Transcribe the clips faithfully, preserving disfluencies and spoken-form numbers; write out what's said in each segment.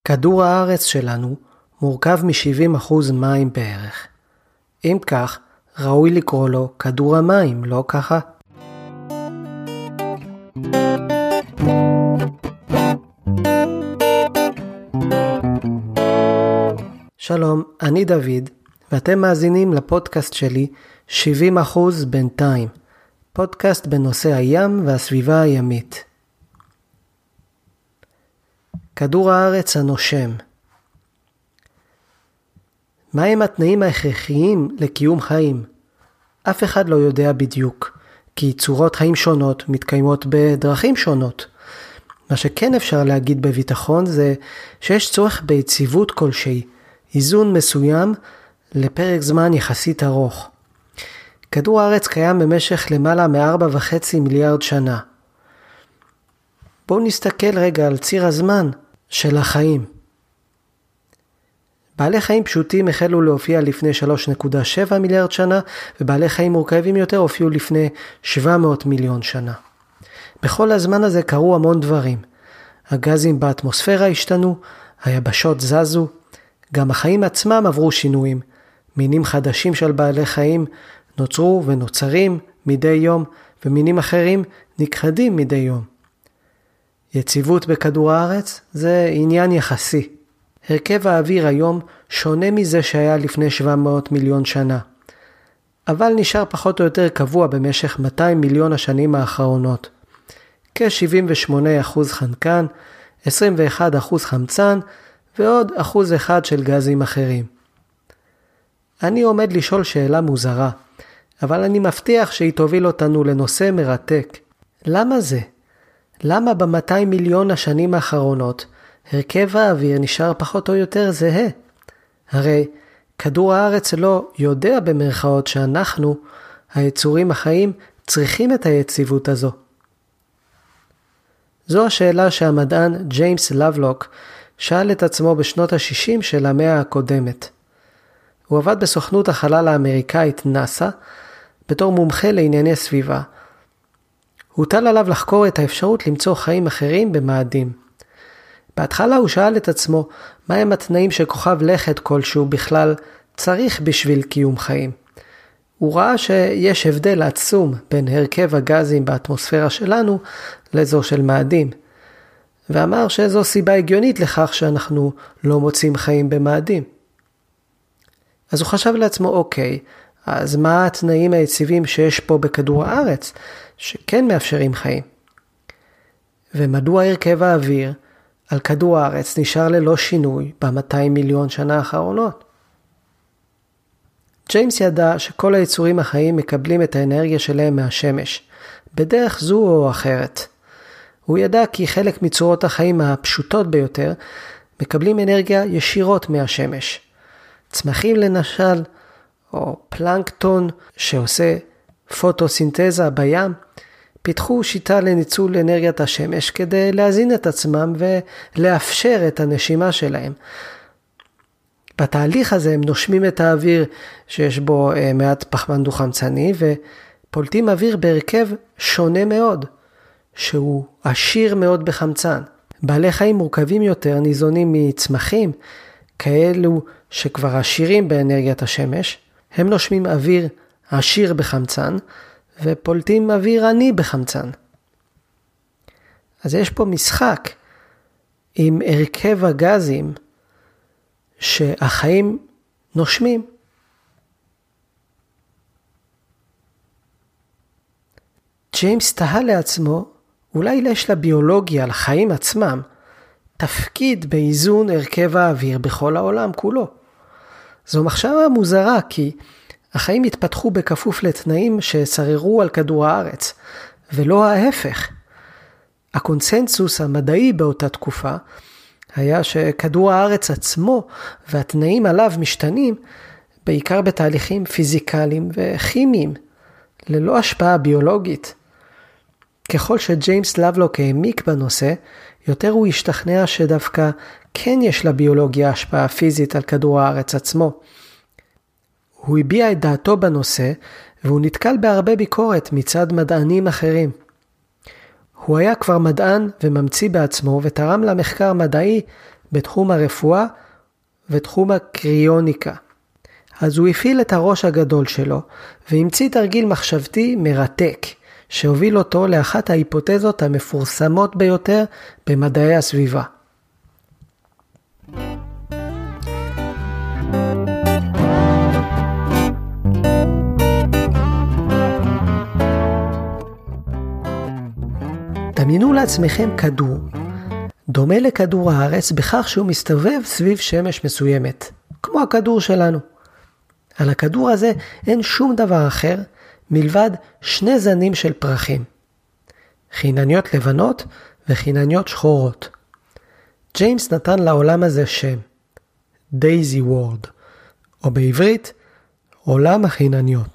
כדור הארץ שלנו מורכב מ-שבעים אחוז מים בערך. אם כך, ראוי לקרוא לו כדור המים, לא ככה? שלום, אני דוד, ואתם מאזינים לפודקאסט שלי שבעים אחוז בינתיים, פודקאסט בנושא הים והסביבה הימית. כדור הארץ הנושם. מהם התנאים ההכרחיים לקיום חיים? אף אחד לא יודע בדיוק, כי צורות חיים שונות מתקיימות בדרכים שונות. מה שכן אפשר להגיד בביטחון זה שיש צורך ביציבות כלשהי, איזון מסוים לפרק זמן יחסית ארוך. כדור הארץ קיים במשך למעלה מארבע וחצי מיליארד שנה. בואו נסתכל רגע על ציר הזמן של החיים. בעלי חיים פשוטים החלו להופיע לפני שלוש נקודה שבע מיליארד שנה, ובעלי חיים מורכבים יותר הופיעו לפני שבע מאות מיליון שנה. בכל הזמן הזה קרו המון דברים. הגזים באטמוספירה השתנו, היבשות זזו, גם החיים עצמם עברו שינויים. מינים חדשים של בעלי חיים נוצרו ונוצרים מדי יום, ומינים אחרים נכחדים מדי יום. יציבות בכדור הארץ זה עניין יחסי. הרכב האוויר היום שונה מזה שהיה לפני שבע מאות מיליון שנה, אבל נשאר פחות או יותר קבוע במשך מאתיים מיליון השנים האחרונות. כ-שבעים ושמונה אחוז חנקן, עשרים ואחד אחוז חמצן ועוד אחוז אחד של גזים אחרים. אני עומד לשאול שאלה מוזרה, אבל אני מבטיח שהיא תוביל אותנו לנושא מרתק. למה זה? למה ב-מאתיים מיליון השנים האחרונות הרכב האוויר נשאר פחות או יותר זהה? הרי כדור הארץ לא יודע במרכאות שאנחנו, היצורים החיים, צריכים את היציבות הזו. זו השאלה שהמדען ג'יימס לבלוק שאל את עצמו בשנות ה-שישים של המאה הקודמת. הוא עבד בסוכנות החלל האמריקאית נאסא בתור מומחה לענייני סביבה. הוטל עליו לחקור את האפשרות למצוא חיים אחרים במאדים. בהתחלה הוא שאל את עצמו מהם התנאים שכוכב לכת כלשהו בכלל צריך בשביל קיום חיים. הוא ראה שיש הבדל עצום בין הרכב הגזים באטמוספירה שלנו לזו של מאדים, ואמר שזו סיבה הגיונית לכך שאנחנו לא מוצאים חיים במאדים. אז הוא חשב לעצמו, אוקיי, אז מה התנאים היציבים שיש פה בכדור הארץ שכן מאפשרים חיים? ומדוע הרכב האוויר על כדור הארץ נשאר ללא שינוי ב-מאתיים מיליון שנה האחרונות? ג'יימס ידע שכל היצורים החיים מקבלים את האנרגיה שלהם מהשמש, בדרך זו או אחרת. הוא ידע כי חלק מצורות החיים הפשוטות ביותר מקבלים אנרגיה ישירות מהשמש. צמחים למשל, או פלנקטון שעושה פוטוסינתזה בים, פיתחו שיטה לניצול אנרגיית השמש כדי להזין את עצמם ולאפשר את הנשימה שלהם. בתהליך הזה הם נושמים את האוויר שיש בו מעט פחמן דו-חמצני ופולטים אוויר בהרכב שונה מאוד, שהוא עשיר מאוד בחמצן. בעלי חיים מורכבים יותר ניזונים מצמחים, כאלו שכבר עשירים באנרגיית השמש, הם נושמים אוויר עשיר בחמצן, ופולטים אוויר עני בחמצן. אז יש פה משחק עם הרכב הגזים שהחיים נושמים. ג'יימס תהה לעצמו, אולי יש לביולוגיה, לחיים עצמם, תפקיד באיזון הרכב האוויר בכל העולם כולו. זו מחשבה מוזרה כי החיים התפתחו בכפוף לתנאים ששררו על כדור הארץ, ולא ההפך. הקונסנזוס המדעי באותה תקופה היה שכדור הארץ עצמו והתנאים עליו משתנים בעיקר בתהליכים פיזיקליים וכימיים, ללא השפעה ביולוגית. ככל שג'יימס לבלוק העמיק בנושא, יותר הוא השתכנע שדווקא כן יש לביולוגיה השפעה פיזית על כדור הארץ עצמו. הוא הביע את דעתו בנושא, והוא נתקל בהרבה ביקורת מצד מדענים אחרים. הוא היה כבר מדען וממציא בעצמו ותרם למחקר מדעי בתחום הרפואה ותחום הקריוניקה. אז הוא הפעיל את הראש הגדול שלו והמציא תרגיל מחשבתי מרתק, שהוביל אותו לאחת ההיפותזות המפורסמות ביותר במדעי הסביבה. דמיינו לעצמכם כדור, דומה לכדור הארץ בכך שהוא מסתובב סביב שמש מסוימת, כמו הכדור שלנו. על הכדור הזה אין שום דבר אחר מלבד שני זנים של פרחים, חינניות לבנות וחינניות שחורות. ג'יימס נתן לעולם הזה שם, דייזי וורד, או בעברית, עולם החינניות.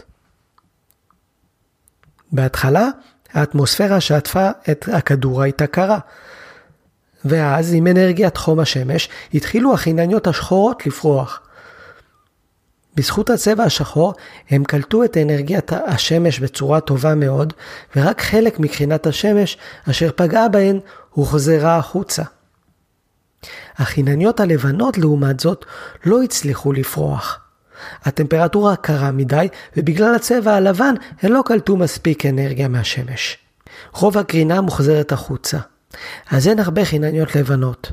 בהתחלה, האטמוספירה שעטפה את הכדור הייתה קרה, ואז עם אנרגיית חום השמש התחילו החינניות השחורות לפרוח. בזכות הצבע השחור הם קלטו את אנרגיית השמש בצורה טובה מאוד, ורק חלק מקרינת השמש אשר פגעה בהן הוחזרה החוצה. החינניות הלבנות לעומת זאת לא הצליחו לפרוח. הטמפרטורה קרה מדי, ובגלל הצבע הלבן הן לא קלטו מספיק אנרגיה מהשמש. רוב הקרינה מוחזרת החוצה, אז אין הרבה חינניות לבנות.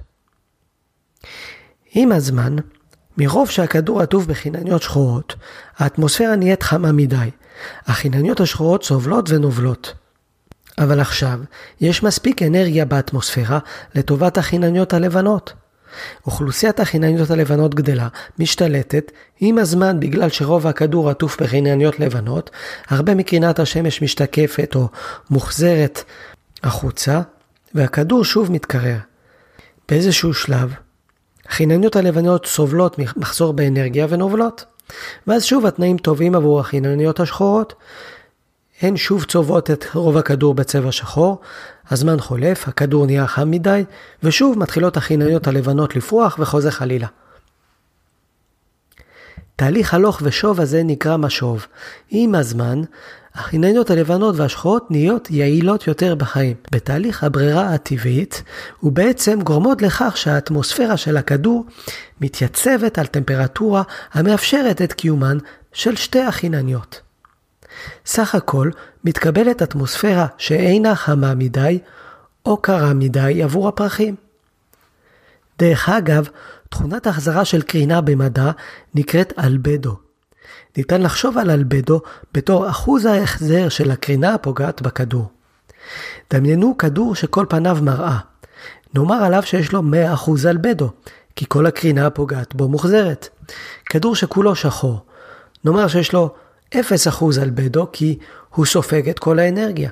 עם הזמן, מרוב שהכדור עטוף בחינניות שחורות, האטמוספירה נהיית חמה מדי. החינניות השחורות סובלות ונובלות. אבל עכשיו, יש מספיק אנרגיה באטמוספירה לטובת החינניות הלבנות. אוכלוסיית החינניות הלבנות גדלה, משתלטת, עם הזמן בגלל שרוב הכדור עטוף בחינניות לבנות, הרבה מקרינת השמש משתקפת או מוחזרת החוצה, והכדור שוב מתקרר. באיזשהו שלב, החינניות הלבנות סובלות מחסור באנרגיה ונובלות, ואז שוב התנאים טובים עבור החינניות השחורות, הן שוב צובעות את רוב הכדור בצבע שחור, הזמן חולף, הכדור נהיה חם מדי, ושוב מתחילות החינניות הלבנות לפרוח וחוזר חלילה. תהליך הלוך ושוב הזה נקרא משוב. עם הזמן, החינניות הלבנות והשחורות נהיות יעילות יותר בחיים. בתהליך הברירה הטבעית, ובעצם גורמות לכך שהאטמוספירה של הכדור מתייצבת על טמפרטורה המאפשרת את קיומן של שתי החינניות. סך הכל מתקבלת אטמוספירה שאינה חמה מדי או קרה מדי עבור הפרחים. דרך אגב, תכונת החזרה של קרינה במדע נקראת אלבדו. ניתן לחשוב על אלבדו בתור אחוז ההחזר של הקרינה הפוגעת בכדור. דמיינו כדור שכל פניו מראה. נאמר עליו שיש לו מאה אחוז אלבדו, כי כל הקרינה הפוגעת בו מוחזרת. כדור שכולו שחור. נאמר שיש לו אפס אחוז אלבדו, כי הוא סופג את כל האנרגיה.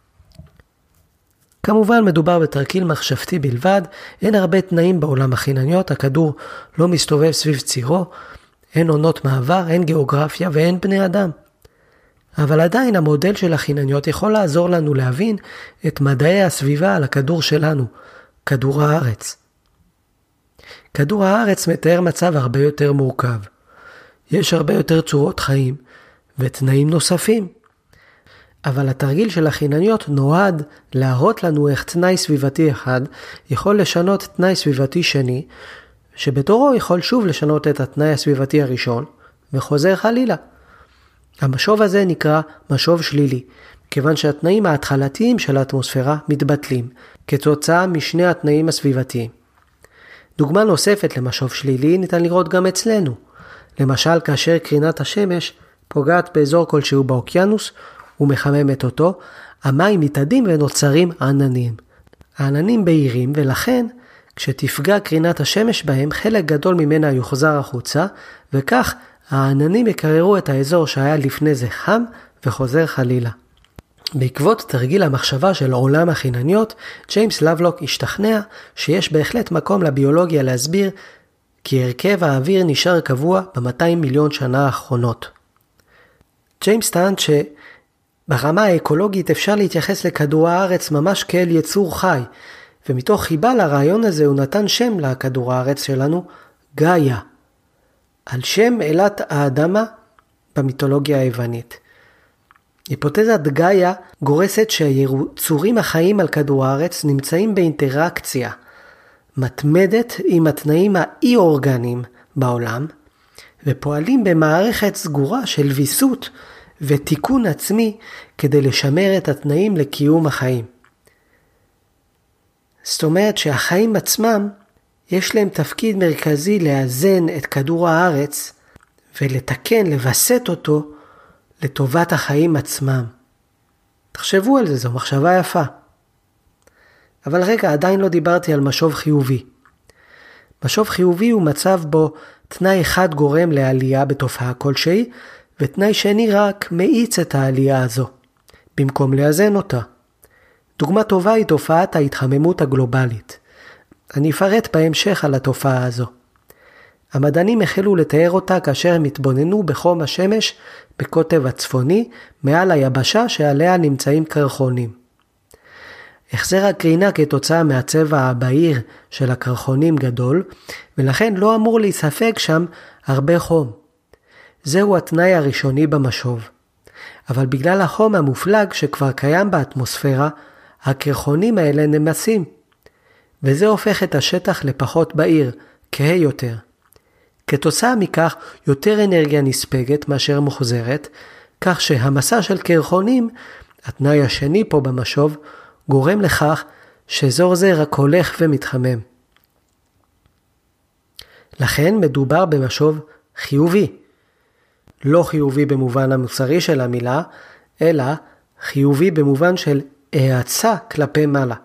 כמובן מדובר בתרגיל מחשבתי בלבד, אין הרבה תנאים בעולם החינניות, הכדור לא מסתובב סביב צירו, אין עונות מעבר, אין גיאוגרפיה ואין בני אדם. אבל עדיין המודל של החינניות יכול לעזור לנו להבין את מדעי הסביבה על הכדור שלנו, כדור הארץ. כדור הארץ מתאר מצב הרבה יותר מורכב. יש הרבה יותר צורות חיים ותנאים נוספים. אבל התרגיל של החינניות נועד להראות לנו איך תנאי סביבתי אחד יכול לשנות תנאי סביבתי שני, שבתורו יכול שוב לשנות את התנאי הסביבתי הראשון, וחוזר חלילה. המשוב הזה נקרא משוב שלילי, כיוון שהתנאים ההתחלתיים של האטמוספירה מתבטלים, כתוצאה משני התנאים הסביבתיים. דוגמה נוספת למשוב שלילי ניתן לראות גם אצלנו. למשל, כאשר קרינת השמש פוגעת באזור כלשהו באוקיינוס ומחממת אותו, המים מתאדים ונוצרים עננים. העננים בהירים, ולכן כשתפגע קרינת השמש בהם, חלק גדול ממנה יוחזר החוצה, וכך העננים יקררו את האזור שהיה לפני זה חם וחוזר חלילה. בעקבות תרגיל המחשבה של עולם החינניות, ג'יימס לבלוק השתכנע שיש בהחלט מקום לביולוגיה להסביר כי הרכב האוויר נשאר קבוע ב-מאתיים מיליון שנה האחרונות. ג'יימס טען שברמה האקולוגית אפשר להתייחס לכדור הארץ ממש כאל יצור חי, ומתוך חיבה לרעיון הזה הוא נתן שם לכדור הארץ שלנו, גאיה, על שם אלת האדמה במיתולוגיה היוונית. היפותזת גאיה גורסת שהיצורים החיים על כדור הארץ נמצאים באינטראקציה מתמדת עם התנאים האי-אורגניים בעולם, ופועלים במערכת סגורה של ויסות ותיקון עצמי כדי לשמר את התנאים לקיום החיים. זאת אומרת שהחיים עצמם יש להם תפקיד מרכזי לאזן את כדור הארץ ולתקן, לבסט אותו לטובת החיים עצמם. תחשבו על זה, זו מחשבה יפה. אבל רגע, עדיין לא דיברתי על משוב חיובי. משוב חיובי הוא מצב בו תנאי אחד גורם לעלייה בתופעה כלשהי, ותנאי שני רק מאיץ את העלייה הזו, במקום לאזן אותה. דוגמה טובה היא תופעת ההתחממות הגלובלית. אני אפרט בהמשך על התופעה הזו. המדענים החלו לתאר אותה כאשר הם התבוננו בחום השמש בקוטב הצפוני מעל היבשה שעליה נמצאים קרחונים. החזר הקרינה כתוצאה מהצבע הבהיר של הקרחונים גדול, ולכן לא אמור להיספג שם הרבה חום. זהו התנאי הראשוני במשוב. אבל בגלל החום המופלג שכבר קיים באטמוספירה, הקרחונים האלה נמסים. וזה הופך את השטח לפחות בהיר, כהה יותר. כתוצאה מכך יותר אנרגיה נספגת מאשר מוחזרת, כך שהמסע של קרחונים, התנאי השני פה במשוב, גורם לכך שאזור זה רק הולך ומתחמם. לכן מדובר במשוב חיובי. לא חיובי במובן המוסרי של המילה, אלא חיובי במובן של האצה כלפי מעלה.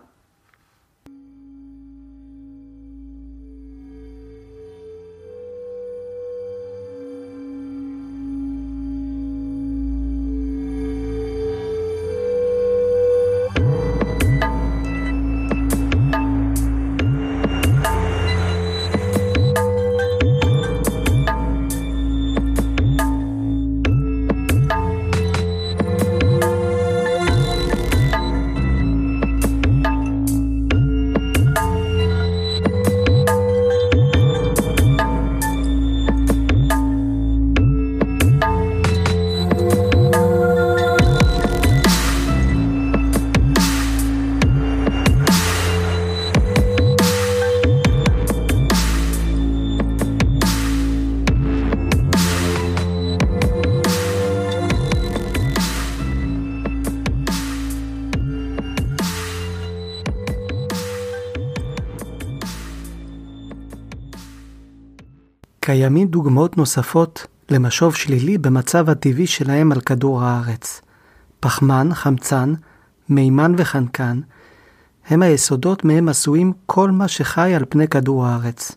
קיימים דוגמאות נוספות למשוב שלילי במצב הטבעי שלהם על כדור הארץ. פחמן, חמצן, מימן וחנקן הם היסודות מהם עשויים כל מה שחי על פני כדור הארץ.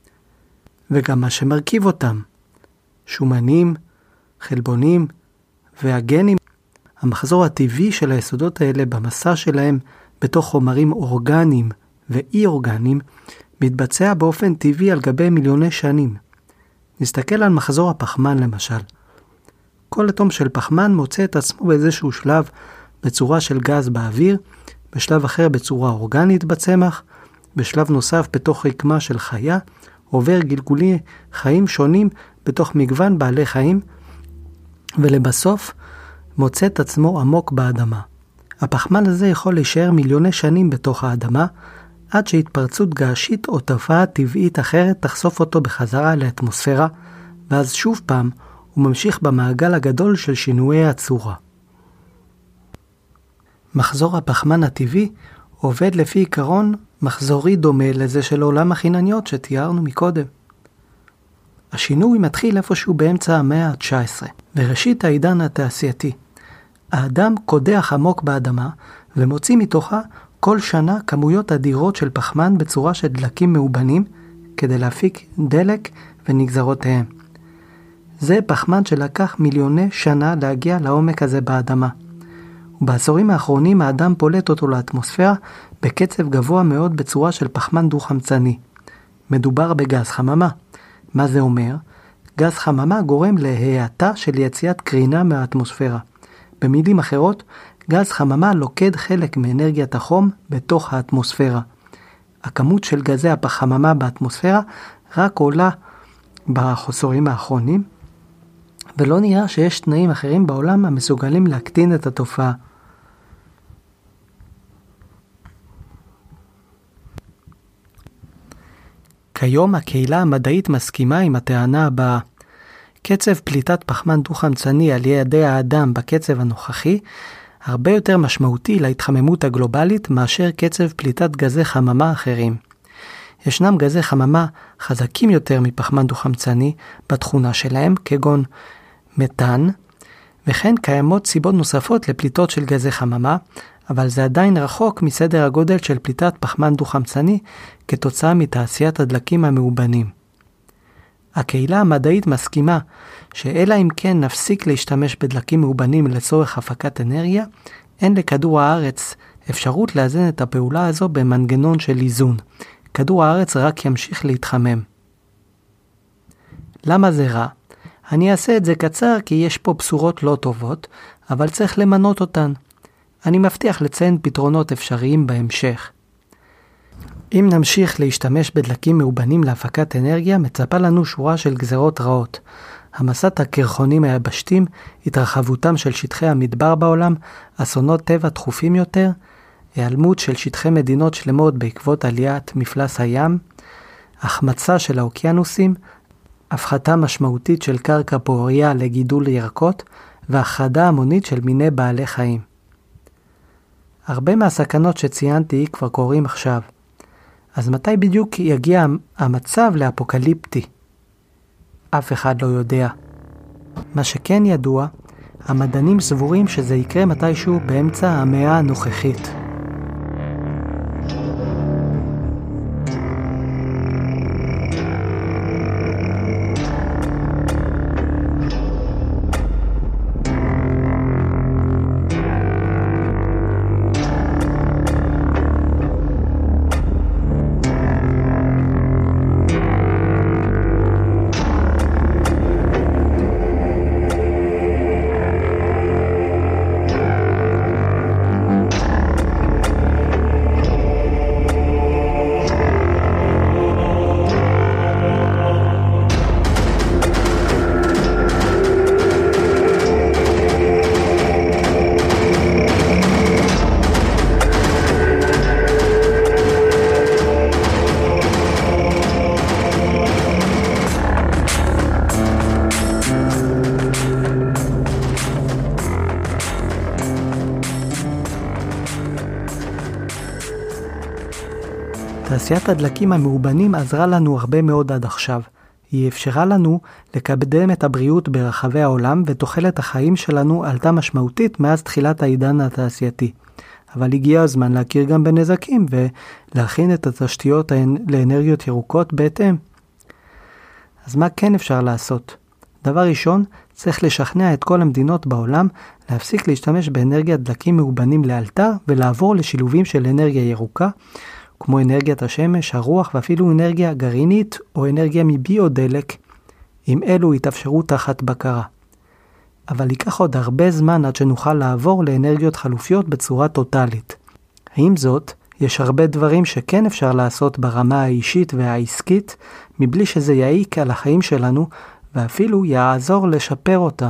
וגם מה שמרכיב אותם, שומנים, חלבונים והגנים. המחזור הטבעי של היסודות האלה במסע שלהם בתוך חומרים אורגניים ואי אורגניים מתבצע באופן טבעי על גבי מיליוני שנים. נסתכל על מחזור הפחמן למשל. כל אטום של פחמן מוצא את עצמו באיזשהו שלב בצורה של גז באוויר, בשלב אחר בצורה אורגנית בצמח, בשלב נוסף בתוך רקמה של חיה, עובר גלגולי חיים שונים בתוך מגוון בעלי חיים, ולבסוף מוצא את עצמו עמוק באדמה. הפחמן הזה יכול להישאר מיליוני שנים בתוך האדמה, עד שהתפרצות געשית או תופעה טבעית אחרת תחשוף אותו בחזרה לאטמוספירה, ואז שוב פעם הוא ממשיך במעגל הגדול של שינויי הצורה. מחזור הפחמן הטבעי עובד לפי עיקרון מחזורי דומה לזה של עולם החינניות שתיארנו מקודם. השינוי מתחיל איפשהו באמצע המאה ה-תשע עשרה, וראשית העידן התעשייתי. האדם קודח עמוק באדמה ומוציא מתוכה כל שנה כמויות אדירות של פחמן בצורה של דלקים מאובנים כדי להפיק דלק ונגזרותיהם. זה פחמן שלקח מיליוני שנה להגיע לעומק הזה באדמה. ובעשורים האחרונים האדם פולט אותו לאטמוספירה בקצב גבוה מאוד בצורה של פחמן דו-חמצני. מדובר בגז חממה. מה זה אומר? גז חממה גורם להאטה של יציאת קרינה מהאטמוספירה. במילים אחרות, גז חממה לוקד חלק מאנרגיית החום בתוך האטמוספירה. הכמות של גזי החממה באטמוספירה רק עולה בעשורים האחרונים, ולא נראה שיש תנאים אחרים בעולם המסוגלים להקטין את התופעה. כיום הקהילה המדעית מסכימה עם הטענה הבאה. קצב פליטת פחמן דו-חמצני על ידי האדם בקצב הנוכחי הרבה יותר משמעותי להתחממות הגלובלית מאשר קצב פליטת גזי חממה אחרים. ישנם גזי חממה חזקים יותר מפחמן דו-חמצני בתכונה שלהם, כגון מתאן, וכן קיימות סיבות נוספות לפליטות של גזי חממה, אבל זה עדיין רחוק מסדר הגודל של פליטת פחמן דו-חמצני כתוצאה מתעשיית הדלקים המאובנים. הקהילה המדעית מסכימה שאלא אם כן נפסיק להשתמש בדלקים מאובנים לצורך הפקת אנרגיה, אין לכדור הארץ אפשרות לאזן את הפעולה הזו במנגנון של איזון. כדור הארץ רק ימשיך להתחמם. למה זה רע? אני אעשה את זה קצר כי יש פה בשורות לא טובות, אבל צריך למנות אותן. אני מבטיח לציין פתרונות אפשריים בהמשך. אם נמשיך להשתמש בדלקים מאובנים להפקת אנרגיה, מצפה לנו שורה של גזרות רעות. המסת הקרחונים היבשתיים, התרחבותם של שטחי המדבר בעולם, אסונות טבע תכופים יותר, היעלמות של שטחי מדינות שלמות בעקבות עליית מפלס הים, החמצה של האוקיינוסים, הפחתה משמעותית של קרקע פוריה לגידול ירקות, והחרדה המונית של מיני בעלי חיים. הרבה מהסכנות שציינתי כבר קורים עכשיו. אז מתי בדיוק יגיע המצב לאפוקליפטי? אף אחד לא יודע. מה שכן ידוע, המדענים סבורים שזה יקרה מתישהו באמצע המאה הנוכחית. תעשיית הדלקים המאובנים עזרה לנו הרבה מאוד עד עכשיו. היא אפשרה לנו לקדם את הבריאות ברחבי העולם, ותוחלת החיים שלנו עלתה משמעותית מאז תחילת העידן התעשייתי. אבל הגיע הזמן להכיר גם בנזקים ולהכין את התשתיות לאנרגיות ירוקות בהתאם. אז מה כן אפשר לעשות? דבר ראשון, צריך לשכנע את כל המדינות בעולם להפסיק להשתמש באנרגיית דלקים מאובנים לאלתר ולעבור לשילובים של אנרגיה ירוקה, כמו אנרגיית השמש, הרוח ואפילו אנרגיה גרעינית או אנרגיה מביודלק, אם אלו יתאפשרו תחת בקרה. אבל ייקח עוד הרבה זמן עד שנוכל לעבור לאנרגיות חלופיות בצורה טוטלית. עם זאת, יש הרבה דברים שכן אפשר לעשות ברמה האישית והעסקית, מבלי שזה יעיק על החיים שלנו, ואפילו יעזור לשפר אותם.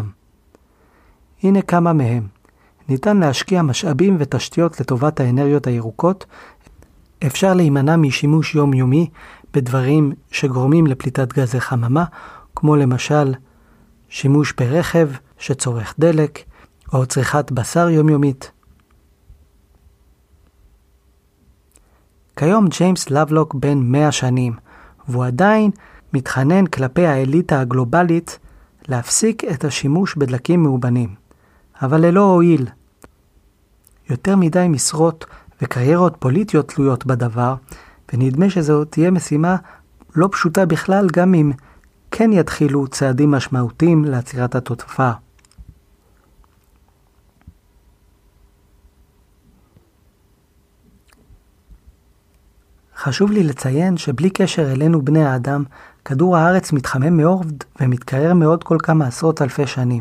הנה כמה מהם. ניתן להשקיע משאבים ותשתיות לטובת האנרגיות הירוקות, אפשר להימנע משימוש יומיומי בדברים שגורמים לפליטת גזי חממה, כמו למשל שימוש ברכב שצורך דלק, או צריכת בשר יומיומית. כיום ג'יימס לבלוק בן מאה שנים, והוא עדיין מתחנן כלפי האליטה הגלובלית להפסיק את השימוש בדלקים מאובנים. אבל ללא הועיל. יותר מדי משרות וקריירות פוליטיות תלויות בדבר, ונדמה שזו תהיה משימה לא פשוטה בכלל, גם אם כן יתחילו צעדים משמעותיים לעצירת התופעה. חשוב לי לציין שבלי קשר אלינו בני האדם, כדור הארץ מתחמם מאוד ומתקרר מאוד כל כמה עשרות אלפי שנים.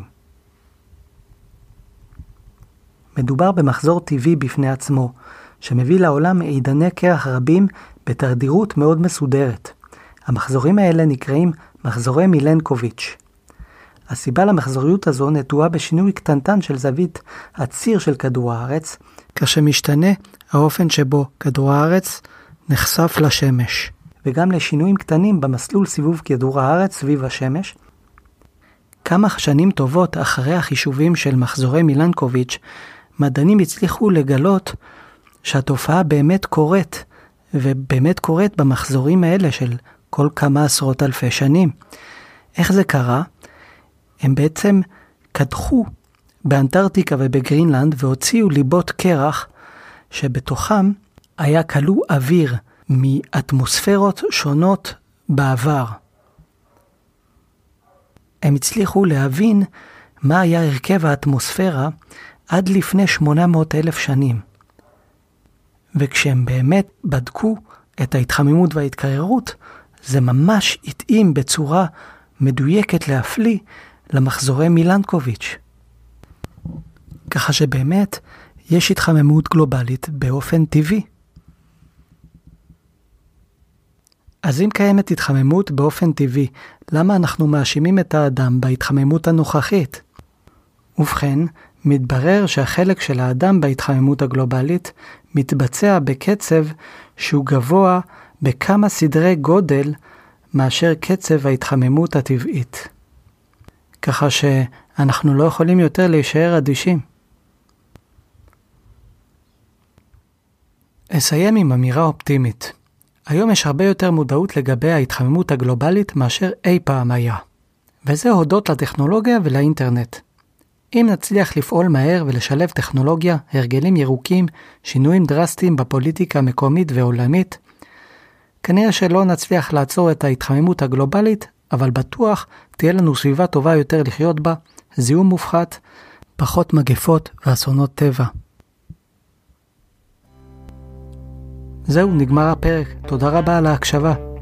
מדובר במחזור טבעי בפני עצמו, שמביא לעולם עידני קרח רבים בתדירות מאוד מסודרת. המחזורים האלה נקראים מחזורי מילנקוביץ'. הסיבה למחזוריות הזו נטועה בשינוי קטנטן של זווית הציר של כדור הארץ, כשמשתנה האופן שבו כדור הארץ נחשף לשמש. וגם לשינויים קטנים במסלול סיבוב כדור הארץ סביב השמש. כמה שנים טובות אחרי החישובים של מחזורי מילנקוביץ', מדענים הצליחו לגלות שהתופעה באמת קורית, ובאמת קורית במחזורים האלה של כל כמה עשרות אלפי שנים. איך זה קרה? הם בעצם קדחו באנטארקטיקה ובגרינלנד והוציאו ליבות קרח שבתוכם היה כלוא אוויר מאטמוספרות שונות בעבר. הם הצליחו להבין מה היה הרכב האטמוספירה עד לפני שמונה מאות אלף שנים. וכשהם באמת בדקו את ההתחממות וההתקררות, זה ממש התאים בצורה מדויקת להפליא למחזורי מילנקוביץ'. ככה שבאמת יש התחממות גלובלית באופן טבעי. אז אם קיימת התחממות באופן טבעי, למה אנחנו מאשימים את האדם בהתחממות הנוכחית? ובכן, מתברר שהחלק של האדם בהתחממות הגלובלית מתבצע בקצב שהוא גבוה בכמה סדרי גודל מאשר קצב ההתחממות הטבעית. ככה שאנחנו לא יכולים יותר להישאר אדישים. אסיים עם אמירה אופטימית. היום יש הרבה יותר מודעות לגבי ההתחממות הגלובלית מאשר אי פעם היה. וזה הודות לטכנולוגיה ולאינטרנט. אם נצליח לפעול מהר ולשלב טכנולוגיה, הרגלים ירוקים, שינויים דרסטיים בפוליטיקה המקומית ועולמית, כנראה שלא נצליח לעצור את ההתחממות הגלובלית, אבל בטוח תהיה לנו סביבה טובה יותר לחיות בה, זיהום מופחת, פחות מגפות ואסונות טבע. זהו, נגמר הפרק. תודה רבה על ההקשבה.